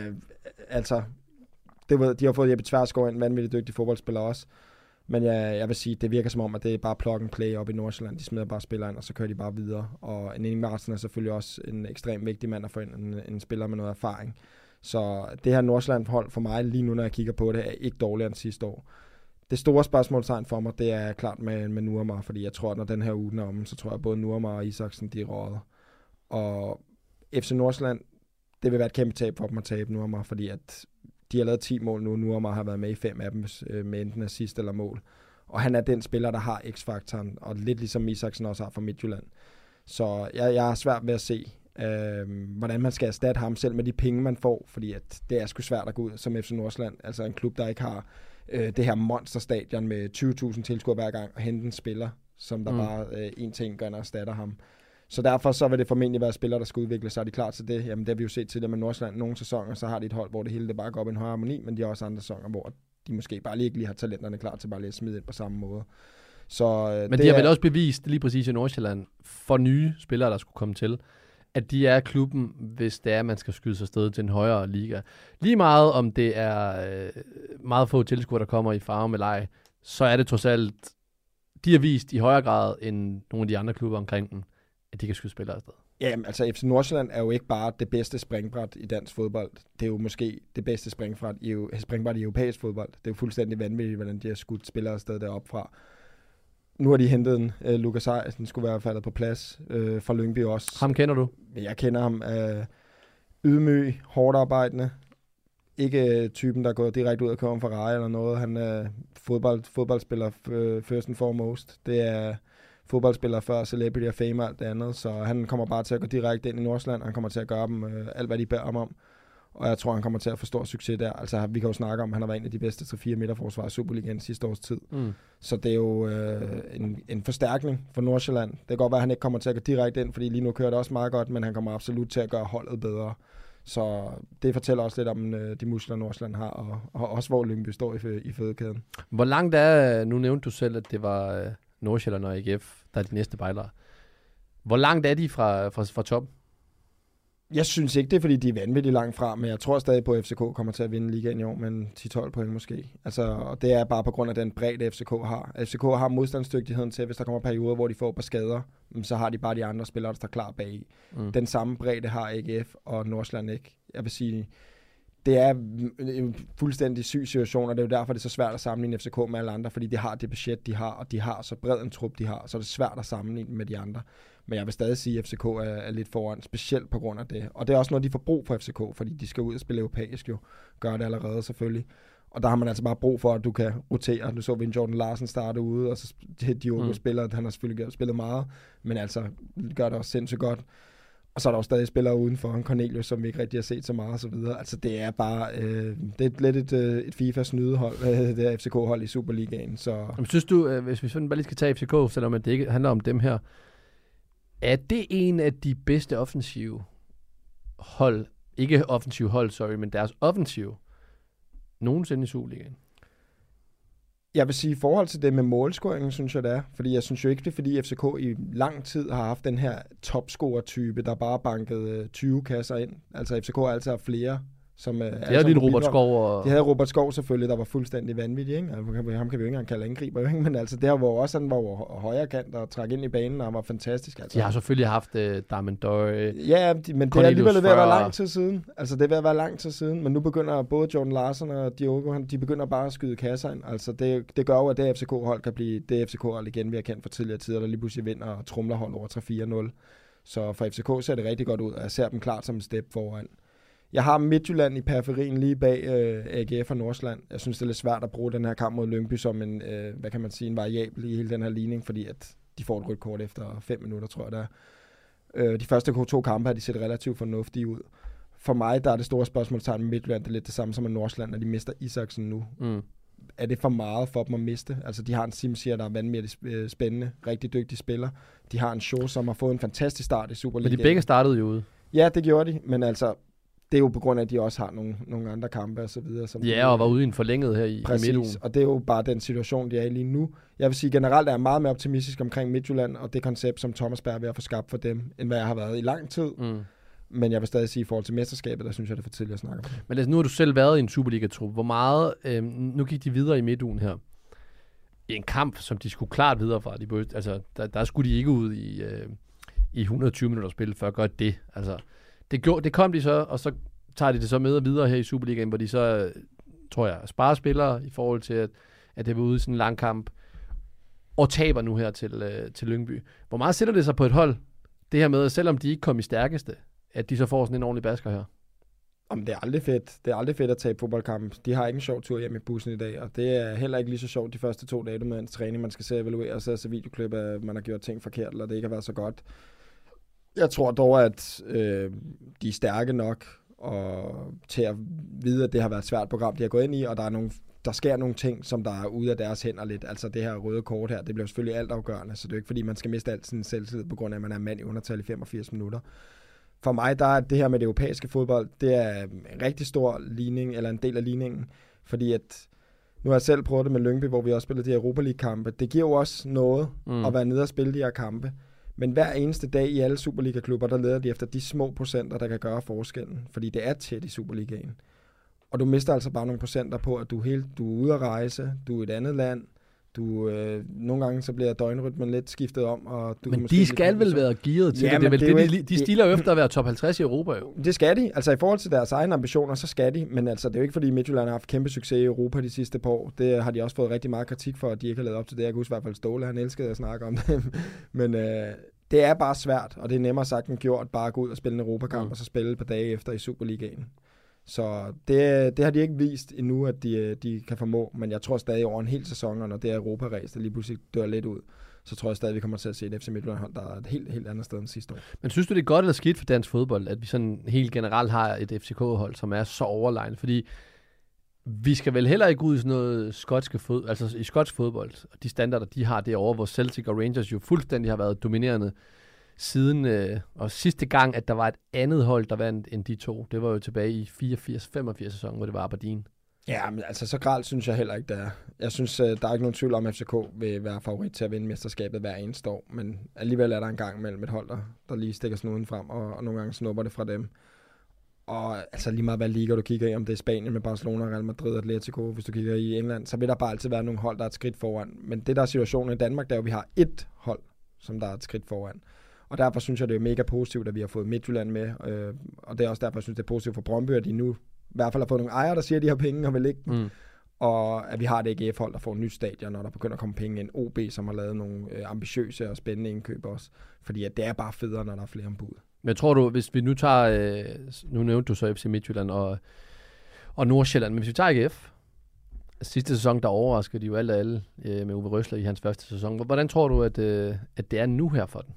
de har fået Jeppe Tversgaard, en vanvittig dygtig fodboldspiller også. Men jeg vil sige, det virker som om, at det er bare plug and play op i Nordsjælland. De smider bare spillere ind, og så kører de bare videre. Og en Martin er selvfølgelig også en ekstremt vigtig mand at få ind, en spiller med noget erfaring. Så det her Nordsjælland-hold for mig lige nu, når jeg kigger på det, er ikke dårligere end sidste år. Det store spørgsmålstegn for mig, det er klart med Nuamar, fordi jeg tror, at når den her uge er omme, så tror jeg, at både Nuamar og Isaksen, de er røget. Og FC Nordsjælland, det vil være et kæmpe tab for dem at tabe Nuamar, fordi at de har lavet 10 mål nu. Nuamar har været med i 5 af dem med enten assist eller mål. Og han er den spiller, der har x-faktoren, og lidt ligesom Isaksen også har for Midtjylland. Så jeg er svært ved at se, hvordan man skal erstatte ham selv med de penge, man får, fordi at det er sgu svært at gå ud som FC Nordsjælland. Altså en klub, der ikke har det her monsterstadion med 20.000 tilskuere hver gang, og hente en spiller, som der bare en ting gør, når erstatter ham. Så derfor så vil det formentlig være spillere, der skal udvikle sig. Er de klar til det? Jamen det har vi jo set til det med Nordsjælland. Nogle sæsoner, så har de et hold, hvor det hele det bare går op i en højere harmoni, men de har også andre sæsoner, hvor de måske bare ikke lige har talenterne klar til bare lige at smide ind på samme måde. Så, men de har vel også bevist, lige præcis i Nordsjælland, for nye spillere, der skulle komme til, at de er klubben, hvis det er, at man skal skyde sig afsted til en højere liga. Lige meget om det er meget få tilskuere, der kommer i farve med leg, så er det trods alt, de har vist i højere grad end nogle af de andre klubber omkring dem, at de kan skyde spillere afsted. Jamen, altså FC Nordsjælland er jo ikke bare det bedste springbræt i dansk fodbold. Det er jo måske det bedste springbræt i europæisk fodbold. Det er jo fuldstændig vanvittigt, hvordan de har skudt spillere afsted deroppe fra. Nu har de hentet en Lukas Ej, den skulle være faldet på plads fra Lyngby også. Ham kender du? Jeg kender ham ydmyg, hårdt arbejdende. Ikke typen, der er gået direkte ud og køber en Ferrari eller noget. Han er fodboldspiller first and foremost. Det er fodboldspiller før celebrity og fame og alt det andet. Så han kommer bare til at gå direkte ind i Nordsjælland. Han kommer til at gøre dem alt, hvad de beder ham om. Og jeg tror, han kommer til at få stor succes der. Altså, vi kan jo snakke om, at han har været en af de bedste 3-4 midterforsvarer i Superligaen sidste års tid. Så det er jo en forstærkning for Nordsjælland. Det kan godt være, at han ikke kommer til at gå direkte ind, fordi lige nu kører det også meget godt, men han kommer absolut til at gøre holdet bedre. Så det fortæller også lidt om de muskler, Nordsjælland har, og også hvor Lyngby står i fødekæden. Hvor langt er, nu nævnte du selv, at det var Nordsjælland og AGF, der er de næste bejlere. Hvor langt er de fra toppen? Jeg synes ikke, det er, fordi de er vanvittigt langt fra, men jeg tror stadig på, at FCK kommer til at vinde ligaen i år med en 10-12 point måske. Altså, og det er bare på grund af den bredde, FCK har. FCK har modstandsdygtigheden til, hvis der kommer perioder, hvor de får på skader, så har de bare de andre spillere, der står klar bag. Den samme bredde har AGF og Nordsjælland ikke. Jeg vil sige, det er en fuldstændig syg situation, og det er jo derfor, det er så svært at sammenligne FCK med alle andre, fordi de har det budget, de har, og de har så bred en trup, de har, så er det svært at sammenligne med de andre. Men jeg vil stadig sige, at FCK er lidt foran, specielt på grund af det. Og det er også noget, de får brug for FCK, fordi de skal ud og spille europæisk jo. Gør det allerede selvfølgelig. Og der har man altså bare brug for, at du kan rotere. Nu så vi en Jordan Larsen starte ude, og så Diogo spiller, han har selvfølgelig spillet meget, men altså gør det også sindssygt godt. Og så er der også stadig spillere udenfor, en Cornelius, som vi ikke rigtig har set så meget og så videre. Altså det er bare, det er lidt et FIFA-snydehold, det her FCK-hold i Superligaen. Så. Men synes du, hvis vi sådan bare lige skal tage FCK, selvom det ikke handler om dem her, er det en af de bedste offensive hold, ikke offensive hold, sorry, men deres offensive, nogensinde i Superligaen? Jeg vil sige, i forhold til det med målscoringen, synes jeg det er. Fordi jeg synes jo ikke, det er fordi FCK i lang tid har haft den her topscorer-type, der bare bankede 20 kasser ind. Altså FCK har altid haft flere. Som, det havde din Robert Skov. Det havde Robert Skov selvfølgelig, der var fuldstændig vanvittig. Ikke? Ham kan vi jo ikke engang kalde angriber, ikke? Men altså, det var også han var højre kant og trak ind i banen, og han var fantastisk. Altså. De har selvfølgelig haft Darmen Døj. Ja, men det er alligevel ved at være lang tid siden. Altså, det er ved at være lang tid siden, men nu begynder både Jordan Larsen og Diogo, de begynder bare at skyde kasser ind. Altså, det gør jo, at det FCK-hold kan blive det FCK-hold igen, vi har kendt for tidligere tider, der lige pludselig vinder og trumler hold over 3-4-0. Så for FCK ser det rigtig godt ud, og jeg ser dem klart som en step foran. Jeg har Midtjylland i periferien lige bag AGF og Nordsjælland. Jeg synes, det er lidt svært at bruge den her kamp mod Lyngby som en, hvad kan man sige, en variabel i hele den her ligning, fordi at de får et rødt kort efter 5 minutter, tror jeg det er. De første 2 kampe har de set relativt fornuftige ud. For mig, der er det store spørgsmålstegn med Midtjylland, det er lidt det samme som med Nordsjælland, når de mister Isaksen nu. Er det for meget for dem at miste? Altså, de har en Simsier, der er vanvittigt spændende, rigtig dygtig spiller. De har en Show, som har fået en fantastisk start i Superligaen. Men de begge startede jo ude. Ja, det gjorde de, men altså, det er jo på grund af, at de også har nogle andre kampe og så videre. Som og var ude i en forlænget her i midtugen. Og det er jo bare den situation, de er i lige nu. Jeg vil sige, generelt er jeg meget mere optimistisk omkring Midtjylland og det koncept, som Thomas Berg er ved at få skabt for dem, end hvad jeg har været i lang tid. Men jeg vil stadig sige, i forhold til mesterskabet, der synes jeg, det er for tidligt at snakke om. Men altså, nu har du selv været i en Superliga-trup. Hvor meget, nu gik de videre i midtugen her. I en kamp, som de skulle klart videre fra. Altså, der skulle de ikke ud i 120 minutter spil, før at gøre det. Altså, det kom de så, og så tager de det så med og videre her i Superligaen, hvor de så, tror jeg, sparer spillere i forhold til, at det var ude i sådan en lang kamp, og taber nu her til Lyngby. Hvor meget sætter det sig på et hold, det her med, selvom de ikke kom i stærkeste, at de så får sådan en ordentlig basker her? Jamen, det er aldrig fedt. Det er aldrig fedt at tabe fodboldkamp. De har ikke en sjov tur hjem i bussen i dag, og det er heller ikke lige så sjovt de første 2 dage med en træning. Man skal se evaluere og se videoklip af, at man har gjort ting forkert, eller det ikke har været så godt. Jeg tror dog, at de er stærke nok og til at vide, at det har været et svært program, de har gået ind i, og der sker nogle ting, som der er ude af deres hænder lidt. Altså det her røde kort her, det bliver selvfølgelig altafgørende, så det er ikke fordi, man skal miste alt sin selvtillid, på grund af, at man er mand i undertal i 85 minutter. For mig, der er det her med det europæiske fodbold, det er en rigtig stor ligning, eller en del af ligningen, fordi at nu har jeg selv prøvet det med Lyngby, hvor vi også spillede de her Europa League-kampe. Det giver jo også noget at være nede og spille de her kampe. Men hver eneste dag i alle Superliga-klubber, der leder de efter de små procenter, der kan gøre forskellen. Fordi det er tæt i Superligaen. Og du mister altså bare nogle procenter på, at du er ude at rejse, du er i et andet land, Nogle gange så bliver døgnrytmen lidt skiftet om. Og du men de skal vel være gearet til det. De stiler jo efter at være top 50 i Europa jo. Det skal de. Altså i forhold til deres egne ambitioner, så skal de. Men altså det er jo ikke fordi Midtjylland har haft kæmpe succes i Europa de sidste par år. Det har de også fået rigtig meget kritik for, at de ikke har lavet op til det. Jeg kan huske i hvert fald Ståle, han elskede at snakke om det. Men det er bare svært, og det er nemmere sagt end gjort bare at gå ud og spille en Europakamp og så spille på dage efter i Superligaen. Så det har de ikke vist endnu, at de kan formå, men jeg tror stadig over en hel sæson, og når det er Europa-ræs, der lige pludselig dør lidt ud, så tror jeg stadig, vi kommer til at se et FC Midtjylland-hold, der er et helt andet sted end sidste år. Men synes du, det er godt eller skidt for dansk fodbold, at vi sådan helt generelt har et FCK-hold, som er så overlegnet? Fordi vi skal vel heller ikke ud i sådan noget i skotsk fodbold, og de standarder, de har derovre, hvor Celtic og Rangers jo fuldstændig har været dominerende siden, og sidste gang, at der var et andet hold, der vandt end de to, det var jo tilbage i 84-85 sæsonen, hvor det var Aberdeen. Ja, men altså så grelt synes jeg heller ikke, det er. Jeg synes, der er ikke nogen tvivl om, at FCK vil være favorit til at vinde mesterskabet hver eneste år, men alligevel er der en gang mellem et hold, der lige stikker snuden frem, og nogle gange snupper det fra dem. Og altså lige meget hvad liga du kigger i, om det er Spanien med Barcelona, Real Madrid, Atletico, hvis du kigger i England, så vil der bare altid være nogle hold, der er et skridt foran. Men det der er situationen i Danmark, der er jo, vi har ét hold, som der er et skridt foran. Og derfor synes jeg, det er mega positivt, at vi har fået Midtjylland med. Og det er også derfor, jeg synes, det er positivt for Brøndby, at de nu i hvert fald har fået nogle ejere, der siger, at de har penge og vil lægge dem. Og at vi har det AGF-hold, der får en ny stadion, når der begynder at komme penge ind. OB, som har lavet nogle ambitiøse og spændende indkøb også. Fordi at det er bare federe, når der er flere ombud. Men tror du, hvis vi nu tager, nu nævnte du så FC Midtjylland og Nordsjælland, men hvis vi tager AGF, sidste sæson, der overraskede de jo alt og alle med Uwe Rösler i hans første sæson. Hvordan tror du, at det er nu her for den?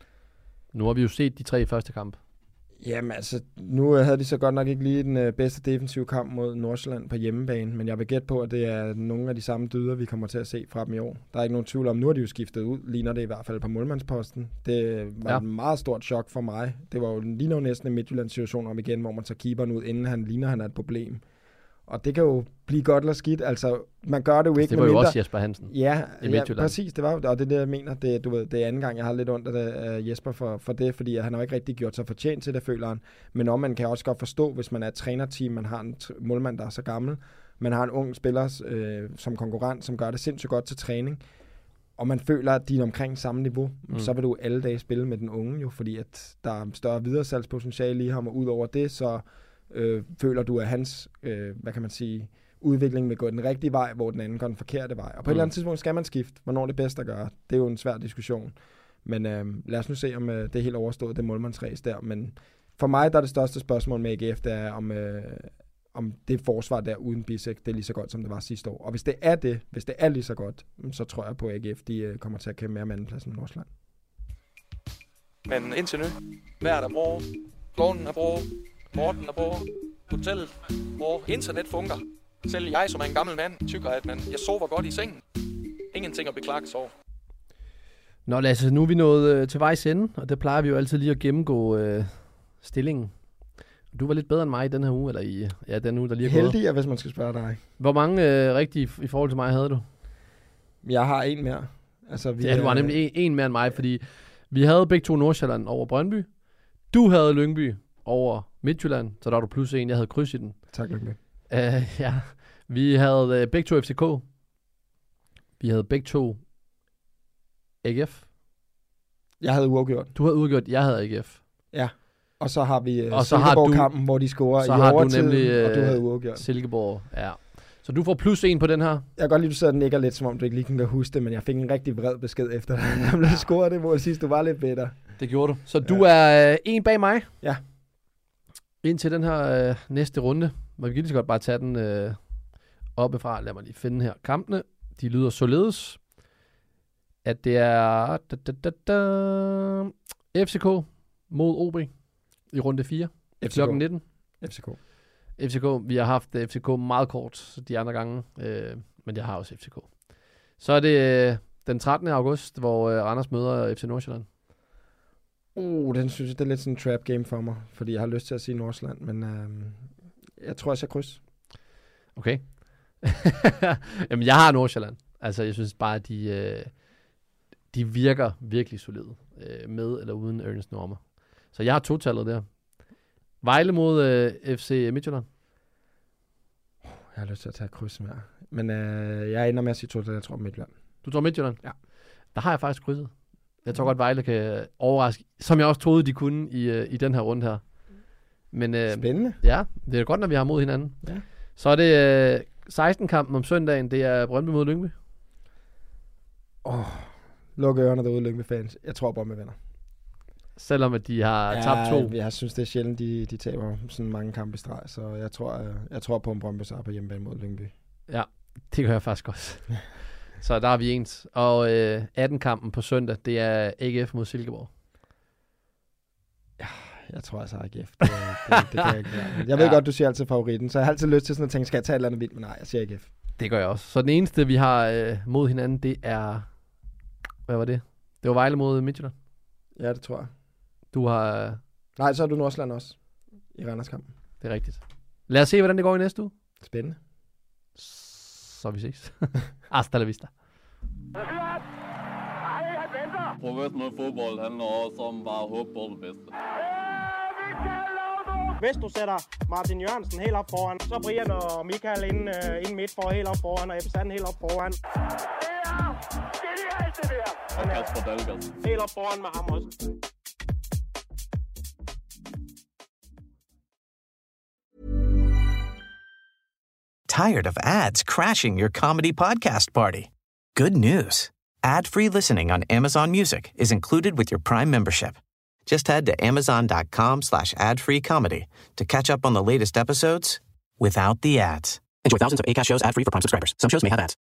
Nu har vi jo set de 3 første kampe. Jamen altså, nu havde de så godt nok ikke lige den bedste defensive kamp mod Nordsjælland på hjemmebane, men jeg vil gætte på, at det er nogle af de samme dyder, vi kommer til at se fra dem i år. Der er ikke nogen tvivl om, nu har de jo skiftet ud, ligner det i hvert fald på målmandsposten. Det var et meget stort chok for mig. Det var jo lige næsten en Midtjyllands situation om igen, hvor man tager keeperen ud, inden han er et problem. Og det kan jo blive godt eller skidt. Altså, man gør det jo ikke. Det var jo også Jesper Hansen i Midtjylland. Ja, præcis. Det var, og det er det, jeg mener. Det er anden gang, jeg har lidt ondt af Jesper for det, fordi han har jo ikke rigtig gjort sig fortjent til det, føler han. Men om man kan også godt forstå, hvis man er et trænerteam, man har en målmand, der er så gammel, man har en ung spiller som konkurrent, som gør det sindssygt godt til træning, og man føler, at de er omkring samme niveau, så vil du alle dage spille med den unge jo, fordi at der er større videresalgspotentiale i ham, og ud over det, så føler du, at hans, hvad kan man sige, udvikling vil gå den rigtige vej, hvor den anden går den forkerte vej. Og på et eller andet tidspunkt skal man skifte, hvornår det er bedst at gøre. Det er jo en svær diskussion. Men lad os nu se, om det er helt overstået, det målmandsræs der. Men for mig, der er det største spørgsmål med AGF, det er, om det forsvar der uden Bisek, det er lige så godt, som det var sidste år. Og hvis det er lige så godt, så tror jeg på, at AGF de kommer til at kæmpe mere med andenpladsen i Nordsjælland. Men indtil nu, vejret er bra, gården er bra, Morten er bra, hotellet bra, internet fungerer. Selv jeg, som er en gammel mand, tykker, at jeg sover godt i sengen. Ingenting at beklage sig over. Nå Lasse, nu er vi nået til vejs ende, og det plejer vi jo altid lige at gennemgå stillingen. Du var lidt bedre end mig i den her uge, eller den uge, der lige er gået. Heldig, hvis man skal spørge dig. Hvor mange rigtige i forhold til mig havde du? Jeg har en mere. Altså, du har nemlig en mere end mig, fordi vi havde begge to Nordsjælland over Brøndby. Du havde Lyngby over Midtjylland, så der var du plus 1. Jeg havde kryds i den. Tak, Lyngby. Ja. Vi havde begge to FCK. Vi havde begge to AGF. Jeg havde uafgjort. Du havde uafgjort, jeg havde AGF. Ja. Og så har vi Silkeborg-kampen, hvor de scorer i overtiden, og du havde uafgjort. Silkeborg, ja. Så du får plus 1 på den her. Jeg kan godt lide, du sidder og nikker lidt, som om du ikke lige kan huske det, men jeg fik en rigtig vred besked efter, at jeg scorede det mål sidst. Du var lidt bedre. Det gjorde du. Så du er en bag mig. Ja. Indtil den her næste runde. Men vi kan lige så godt bare tage den oppefra. Lad mig lige finde her. Kampene, de lyder således, at det er FCK mod OB i runde 4. Klokken 19. FCK. Vi har haft FCK meget kort de andre gange, men jeg har også FCK. Så er det den 13. august, hvor Randers møder FC Nordsjælland. Den synes jeg, det er lidt sådan en trap game for mig, fordi jeg har lyst til at sige Nordsjælland, men jeg tror, jeg skal kryds. Okay. Jamen, jeg har Nordsjælland. Altså, jeg synes bare, at de virker virkelig solide, med eller uden Ernest Normer. Så jeg har totallet der. Vejle mod FC Midtjylland. Jeg har lyst til at tage kryds med. Men jeg ender med at sige totallet, jeg tror Midtjylland. Du tror Midtjylland? Ja. Der har jeg faktisk krydset. Jeg tror godt, Vejle kan overraske, som jeg også troede, de kunne i den her runde her. Men, Spændende. Ja, det er godt, når vi har mod hinanden. Ja. Så er det 16-kampen om søndagen. Det er Brøndby mod Lyngby. Luk ørerne derude, Lyngby-fans. Jeg tror, Brøndby vinder. Selvom at de har tabt 2. Jeg synes, det er sjældent, de taber sådan mange kampe i streg. Så jeg tror på en Brøndby sejr på hjemmebane mod Lyngby. Ja, det gør jeg faktisk også. Så der er vi ens. Og 18-kampen på søndag, det er AGF mod Silkeborg. Ja, jeg tror altså AGF. Det kan jeg ikke være. Jeg ved godt, du siger altid favoritten, så jeg har altid lyst til sådan at tænke, skal jeg tage et eller andet vildt? Men nej, jeg siger AGF. Det gør jeg også. Så den eneste, vi har mod hinanden, det er... Hvad var det? Det var Vejle mod Midtjylland. Ja, det tror jeg. Du har... Nej, så er du Nordsjælland også. I Randerskampen. Det er rigtigt. Lad os se, hvordan det går i næste uge. Spændende. Så vi ses. Hasta la vista. Professionel fodbold handler også om bare at håbe på det bedste. Hvis du sætter Martin Jørgensen helt op foran, så Brian og Michael ind midt for helt op foran, og Ebbe Sand helt op foran. Det er genialt, det der! Og Kasper Dahlgaard. Helt op foran med ham også. Tired of ads crashing your comedy podcast party? Good news. Ad-free listening on Amazon Music is included with your Prime membership. Just head to amazon.com/ad-free comedy to catch up on the latest episodes without the ads. Enjoy thousands of Acast shows ad-free for Prime subscribers. Some shows may have ads.